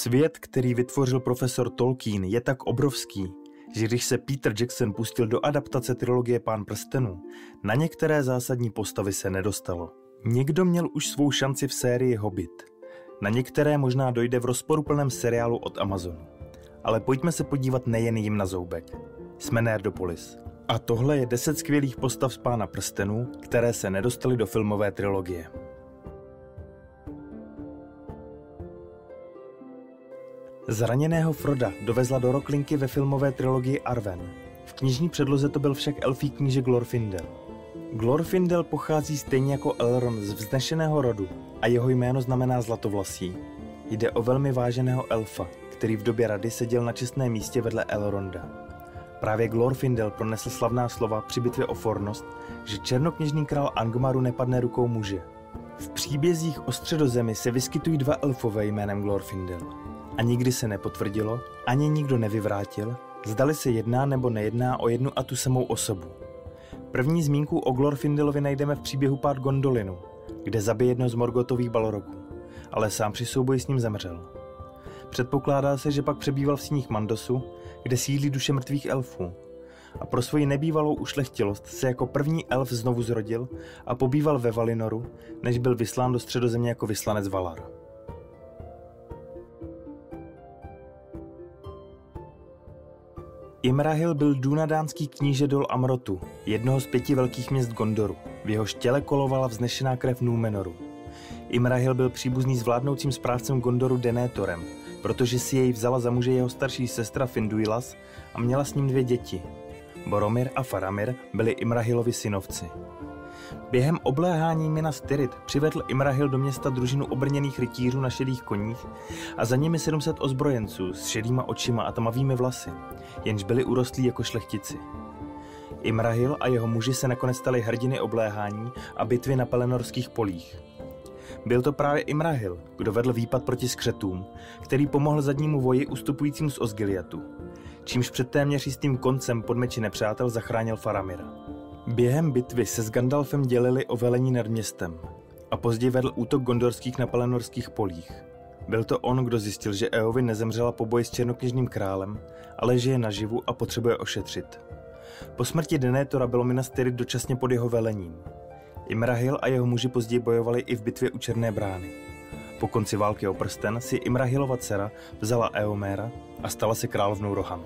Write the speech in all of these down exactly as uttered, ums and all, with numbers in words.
Svět, který vytvořil profesor Tolkien, je tak obrovský, že když se Peter Jackson pustil do adaptace trilogie Pán prstenů, na některé zásadní postavy se nedostalo. Někdo měl už svou šanci v sérii Hobbit. Na některé možná dojde v rozporuplném seriálu od Amazonu. Ale pojďme se podívat nejen jim na zoubek. Jsme Nerdopolis. A tohle je deset skvělých postav z Pána prstenů, které se nedostaly do filmové trilogie. Zraněného Froda dovezla do Roklinky ve filmové trilogii Arwen. V knižní předloze to byl však elfí kníže Glorfindel. Glorfindel pochází stejně jako Elrond z vznešeného rodu a jeho jméno znamená zlatovlasí. Jde o velmi váženého elfa, který v době rady seděl na čestném místě vedle Elronda. Právě Glorfindel pronesl slavná slova při bitvě o Fornost, že černokněžný král Angmaru nepadne rukou muže. V příbězích o Středozemi se vyskytují dva elfové jménem Glorfindel. A nikdy se nepotvrdilo, ani nikdo nevyvrátil, zdali se jedná nebo nejedná o jednu a tu samou osobu. První zmínku o Glorfindelovi najdeme v příběhu Pád Gondolinu, kde zabije jedno z Morgotových balrogů, ale sám při souboji s ním zemřel. Předpokládá se, že pak přebýval v síních Mandosu, kde sídlí duše mrtvých elfů. A pro svoji nebývalou ušlechtilost se jako první elf znovu zrodil a pobýval ve Valinoru, než byl vyslán do Středozemě jako vyslanec Valar. Imrahil byl dúnadánský kníže Dol Amrotu, jednoho z pěti velkých měst Gondoru. V jehož těle kolovala vznešená krev Númenoru. Imrahil byl příbuzný s vládnoucím správcem Gondoru Denethorem, protože si jej vzala za muže jeho starší sestra Finduilas a měla s ním dvě děti. Boromir a Faramir byli Imrahilovi synovci. Během obléhání Minas Tirith přivedl Imrahil do města družinu obrněných rytířů na šedých koních a za nimi sedm set ozbrojenců s šedýma očima a tmavými vlasy, jenž byli urostlí jako šlechtici. Imrahil a jeho muži se nakonec stali hrdiny obléhání a bitvy na Pelenorských polích. Byl to právě Imrahil, kdo vedl výpad proti skřetům, který pomohl zadnímu voji ustupujícímu z Osgiliathu, čímž před téměř jistým koncem pod meči nepřátel zachránil Faramira. Během bitvy se s Gandalfem dělili o velení nad městem a později vedl útok gondorských na Pelenorských polích. Byl to on, kdo zjistil, že Eowyn nezemřela po boji s černokněžným králem, ale že je naživu a potřebuje ošetřit. Po smrti Denethora bylo Minas Tirith dočasně pod jeho velením. Imrahil a jeho muži později bojovali i v bitvě u Černé brány. Po konci války o prsten si Imrahilova dcera vzala Eoméra a stala se královnou Rohanu.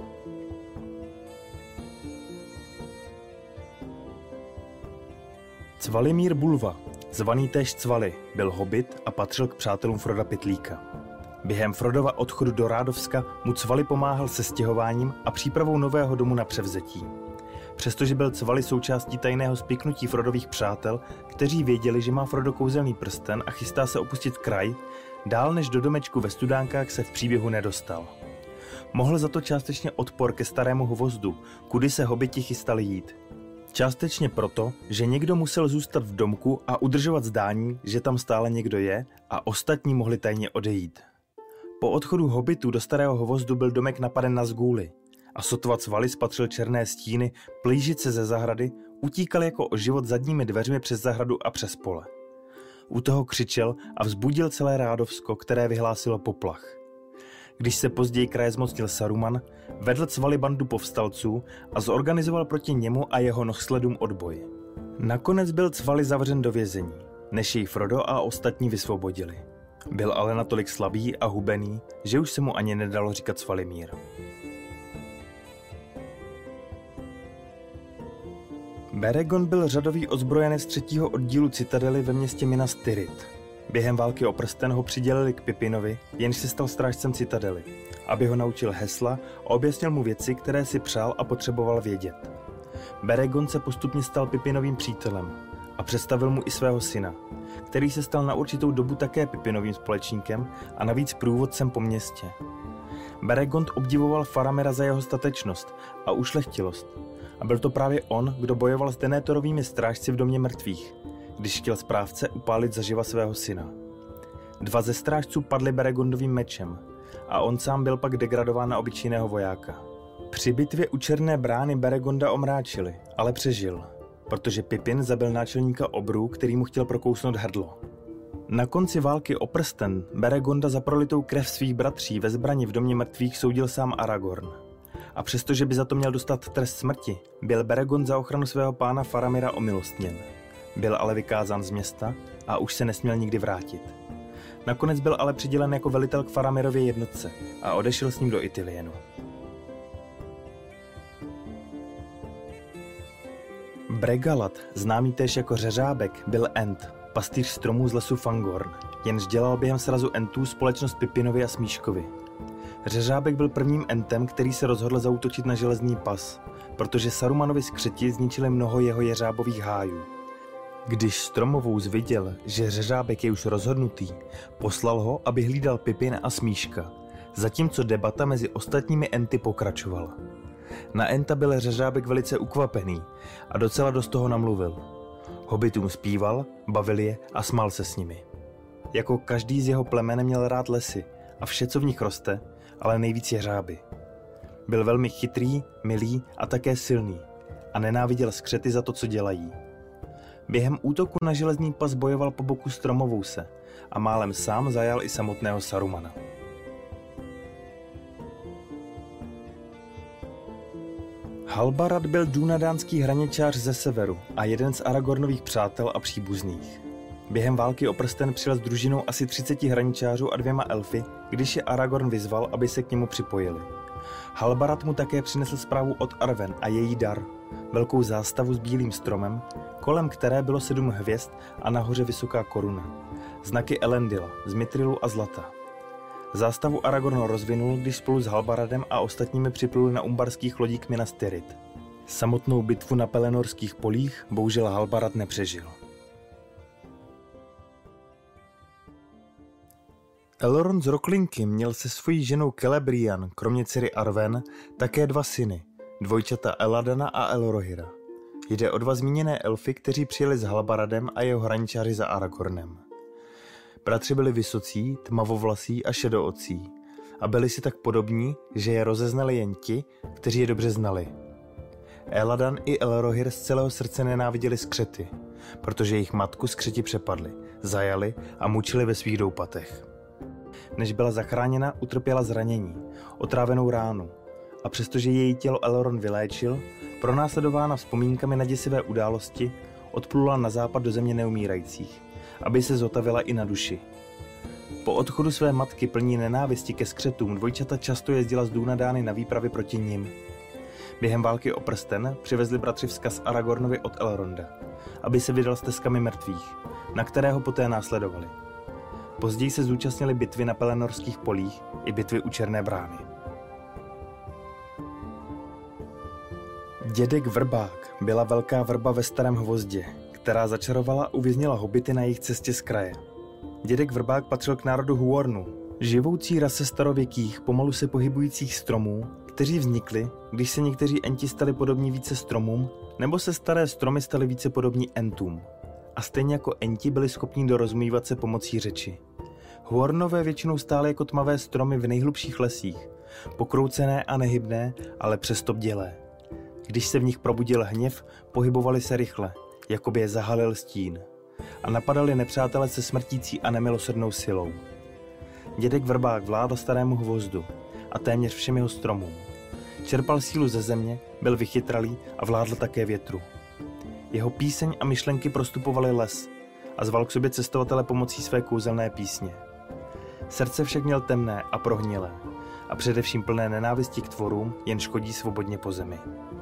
Cvalimír Bulva, zvaný též Cvali, byl hobit a patřil k přátelům Froda Pytlíka. Během Frodova odchodu do Rádovska mu Cvali pomáhal se stěhováním a přípravou nového domu na převzetí. Přestože byl Cvali součástí tajného spiknutí Frodových přátel, kteří věděli, že má Frodo kouzelný prsten a chystá se opustit kraj, dál než do domečku ve Studánkách se v příběhu nedostal. Mohl za to částečně odpor ke starému hvozdu, kudy se hobiti chystali jít. Částečně proto, že někdo musel zůstat v domku a udržovat zdání, že tam stále někdo je a ostatní mohli tajně odejít. Po odchodu hobitů do starého hvozdu byl domek napaden Nazgûly a sotva Cvali spatřil černé stíny plížit se ze zahrady, utíkal jako o život zadními dveřmi přes zahradu a přes pole. U toho křičel a vzbudil celé Rádovsko, které vyhlásilo poplach. Když se později kraje zmocnil Saruman, vedl Cvali bandu povstalců a zorganizoval proti němu a jeho nohsledům odboj. Nakonec byl Cvali zavřen do vězení, než jej Frodo a ostatní vysvobodili. Byl ale natolik slabý a hubený, že už se mu ani nedalo říkat Cvalimír. Beregond byl řadový ozbrojenec třetího oddílu Citadely ve městě Minas Tirith. Během války o prsten ho přidělili k Pipinovi, jenž se stal strážcem Citadely, aby ho naučil hesla a objasnil mu věci, které si přál a potřeboval vědět. Beregond se postupně stal Pipinovým přítelem a představil mu i svého syna, který se stal na určitou dobu také Pipinovým společníkem a navíc průvodcem po městě. Beregond obdivoval Faramira za jeho statečnost a ušlechtilost a byl to právě on, kdo bojoval s Denethorovými strážci v domě mrtvých, když chtěl správce upálit zaživa svého syna. Dva ze strážců padli Beregondovým mečem a on sám byl pak degradován na obyčejného vojáka. Při bitvě u Černé brány Beregonda omráčili, ale přežil, protože Pippin zabil náčelníka obrů, který mu chtěl prokousnout hrdlo. Na konci války o prsten bere Gonda za prolitou krev svých bratří ve zbrani v domě mrtvých soudil sám Aragorn. A přestože by za to měl dostat trest smrti, byl Beregond za ochranu svého pána Faramira omilostněn. Byl ale vykázán z města a už se nesměl nikdy vrátit. Nakonec byl ale přidělen jako velitel k Faramirově jednotce a odešel s ním do Ithilienu. Bregalat, známý též jako Řeřábek, byl Ent, pastýř stromů z lesu Fangorn, jenž dělal během srazu Entů společnost Pipinovi a Smíškovi. Řeřábek byl prvním Entem, který se rozhodl zaútočit na železný pas, protože Sarumanovi skřeti zničili mnoho jeho jeřábových hájů. Když Stromovous viděl, že Řeřábek je už rozhodnutý, poslal ho, aby hlídal Pipin a Smíška, zatímco debata mezi ostatními Enty pokračovala. Na Enta byl Řeřábek velice ukvapený a docela dost toho namluvil. Hobitům zpíval, bavil je a smál se s nimi. Jako každý z jeho plemene měl rád lesy a vše, co v nich roste, ale nejvíc jeřáby. Byl velmi chytrý, milý a také silný a nenáviděl skřety za to, co dělají. Během útoku na železný pas bojoval po boku Stromovouse a málem sám zajal i samotného Sarumana. Halbarad byl dúnadánský hraničář ze severu a jeden z Aragornových přátel a příbuzných. Během války o prsten přijel s družinou asi třiceti hraničářů a dvěma elfy, když je Aragorn vyzval, aby se k němu připojili. Halbarad mu také přinesl zprávu od Arwen a její dar, velkou zástavu s bílým stromem, kolem které bylo sedm hvězd a nahoře vysoká koruna, znaky Elendila z mitrilu a zlata. Zástavu Aragorn rozvinul, když spolu s Halbaradem a ostatními připluli na umbarských lodích k Minas Tirith. Samotnou bitvu na Pelenorských polích bohužel Halbarad nepřežil. Elrond z Roklinky měl se svojí ženou Celebrian, kromě dcery Arwen, také dva syny, dvojčata Eladana a Elrohira. Jde o dva zmíněné elfy, kteří přijeli s Halbaradem a jeho hraničáři za Aragornem. Bratři byli vysocí, tmavovlasí a šedoocí a byli si tak podobní, že je rozeznali jen ti, kteří je dobře znali. Eladan i Elrohir z celého srdce nenáviděli skřety, protože jejich matku skřeti přepadli, zajali a mučili ve svých doupatech. Než byla zachráněna, utrpěla zranění, otrávenou ránu a přestože její tělo Elrond vyléčil, pronásledována vzpomínkami na děsivé události, odplula na západ do země neumírajících, aby se zotavila i na duši. Po odchodu své matky plní nenávisti ke skřetům dvojčata často jezdila z Dúnadány na výpravy proti nim. Během války o prsten přivezli bratři vzkaz Aragornovi od Elronda, aby se vydal stezkami mrtvých, na kterého poté následovali. Později se zúčastnili bitvy na Pelenorských polích i bitvy u Černé brány. Dědek Vrbák byla velká vrba ve Starém hvozdě, která začarovala a uvěznila hobity na jejich cestě z kraje. Dědek Vrbák patřil k národu Huornu, živoucí rase starověkých, pomalu se pohybujících stromů, kteří vznikli, když se někteří enti stali podobní více stromům, nebo se staré stromy staly více podobní entům. A stejně jako enti byli schopni dorozumívat se pomocí řeči. Huornové většinou stály jako tmavé stromy v nejhlubších lesích, pokroucené a nehybné, ale přesto bdělé. Když se v nich probudil hněv, pohybovali se rychle, jako by je zahalil stín, a napadali nepřátele se smrtící a nemilosrdnou silou. Dědek Vrbák vládl Starému hvozdu a téměř všem jeho stromům. Čerpal sílu ze země, byl vychytralý a vládl také větru. Jeho píseň a myšlenky prostupovaly les a zval k sobě cestovatele pomocí své kouzelné písně. Srdce však měl temné a prohnilé a především plné nenávisti k tvorům, jen škodí svobodně po zemi.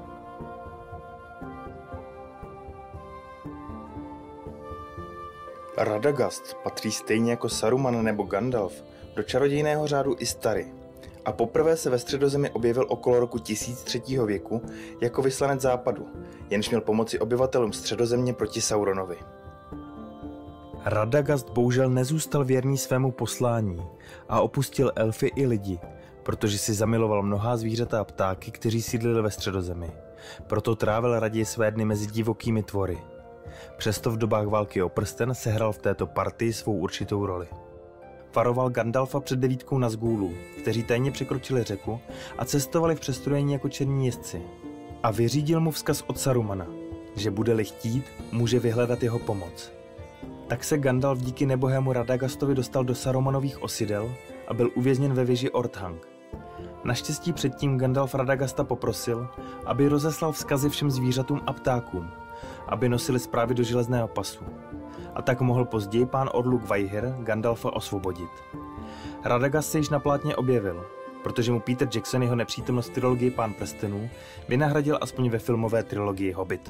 Radagast patří stejně jako Saruman nebo Gandalf do čarodějného řádu Istari a poprvé se ve Středozemi objevil okolo roku tisíc třetího věku jako vyslanec západu, jenž měl pomoci obyvatelům Středozemě proti Sauronovi. Radagast bohužel nezůstal věrný svému poslání a opustil elfy i lidi, protože si zamiloval mnohá zvířata a ptáky, kteří sídlili ve Středozemi. Proto trávil raději své dny mezi divokými tvory. Přesto v dobách války o prsten sehrál v této partii svou určitou roli. Varoval Gandalfa před devítkou Nazgûlů, kteří tajně překročili řeku a cestovali v přestrojení jako černí jezdci. A vyřídil mu vzkaz od Sarumana, že bude-li chtít, může vyhledat jeho pomoc. Tak se Gandalf díky nebohému Radagastovi dostal do Sarumanových osidel a byl uvězněn ve věži Orthanc. Naštěstí předtím Gandalf Radagasta poprosil, aby rozeslal vzkazy všem zvířatům a ptákům, aby nosili zprávy do železného pasu. A tak mohl později pán Orluk Vajhir Gandalfa osvobodit. Radagast se již na plátně objevil, protože mu Peter Jackson jeho nepřítomnost v trilogii Pán prstenů vynahradil aspoň ve filmové trilogii Hobbit.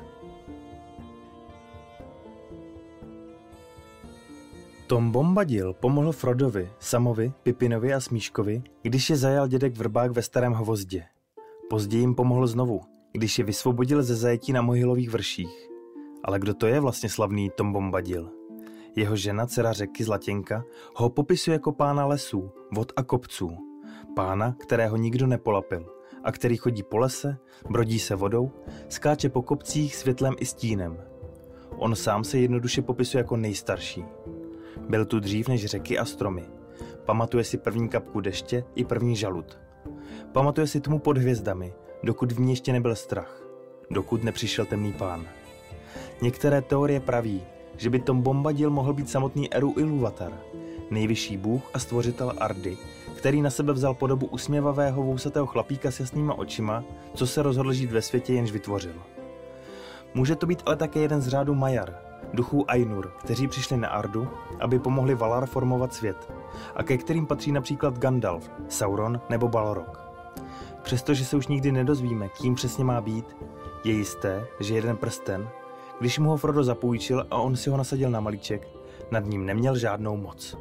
Tom Bombadil pomohl Frodovi, Samovi, Pippinovi a Smíškovi, když je zajal dědek Vrbák ve Starém hvozdě. Později jim pomohl znovu, když je vysvobodil ze zajetí na Mohylových vrších. Ale kdo to je vlastně slavný Tom Bombadil? Jeho žena, dcera Řeky Zlatěnka, ho popisuje jako pána lesů, vod a kopců. Pána, kterého nikdo nepolapil a který chodí po lese, brodí se vodou, skáče po kopcích světlem i stínem. On sám se jednoduše popisuje jako nejstarší. Byl tu dřív než řeky a stromy. Pamatuje si první kapku deště i první žalud. Pamatuje si tmu pod hvězdami, dokud v ní ještě nebyl strach. Dokud nepřišel temný pán. Některé teorie praví, že by Tom Bombadil mohl být samotný Eru Ilúvatar, nejvyšší bůh a stvořitel Ardy, který na sebe vzal podobu usměvavého vousatého chlapíka s jasnýma očima, co se rozhodl žít ve světě, jenž vytvořil. Může to být ale také jeden z řádu Majar, duchů Ainur, kteří přišli na Ardu, aby pomohli Valar formovat svět, a ke kterým patří například Gandalf, Sauron nebo Balrog. Přestože se už nikdy nedozvíme, kým přesně má být, je jisté, že jeden prsten, když mu ho Frodo zapůjčil a on si ho nasadil na malíček, nad ním neměl žádnou moc.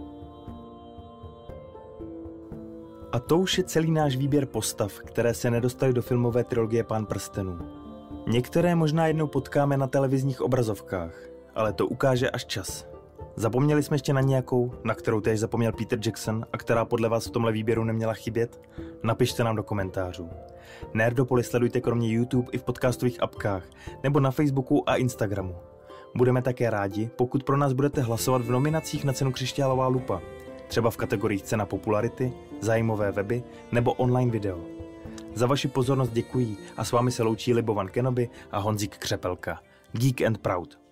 A to už je celý náš výběr postav, které se nedostaly do filmové trilogie Pán prstenů. Některé možná jednou potkáme na televizních obrazovkách, ale to ukáže až čas. Zapomněli jsme ještě na nějakou, na kterou též zapomněl Peter Jackson a která podle vás v tomhle výběru neměla chybět? Napište nám do komentářů. Nerdopolis sledujte kromě YouTube i v podcastových apkách nebo na Facebooku a Instagramu. Budeme také rádi, pokud pro nás budete hlasovat v nominacích na cenu Křišťálová lupa, třeba v kategoriích cena popularity, zájmové weby nebo online video. Za vaši pozornost děkuji a s vámi se loučí Libovan Kenobi a Honzík Křepelka. Geek and Proud.